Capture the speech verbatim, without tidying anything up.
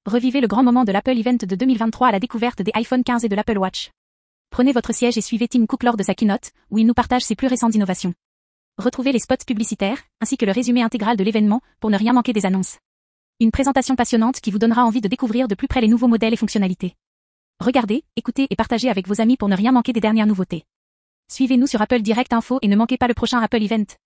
Revivez le grand moment de l'Apple Event de deux mille vingt-trois à la découverte des iPhone quinze et de l'Apple Watch. Prenez votre siège et suivez Tim Cook lors de sa keynote, où il nous partage ses plus récentes innovations. Retrouvez les spots publicitaires, ainsi que le résumé intégral de l'événement, pour ne rien manquer des annonces. Une présentation passionnante qui vous donnera envie de découvrir de plus près les nouveaux modèles et fonctionnalités. Regardez, écoutez et partagez avec vos amis pour ne rien manquer des dernières nouveautés. Suivez-nous sur Apple Direct Info et ne manquez pas le prochain Apple Event.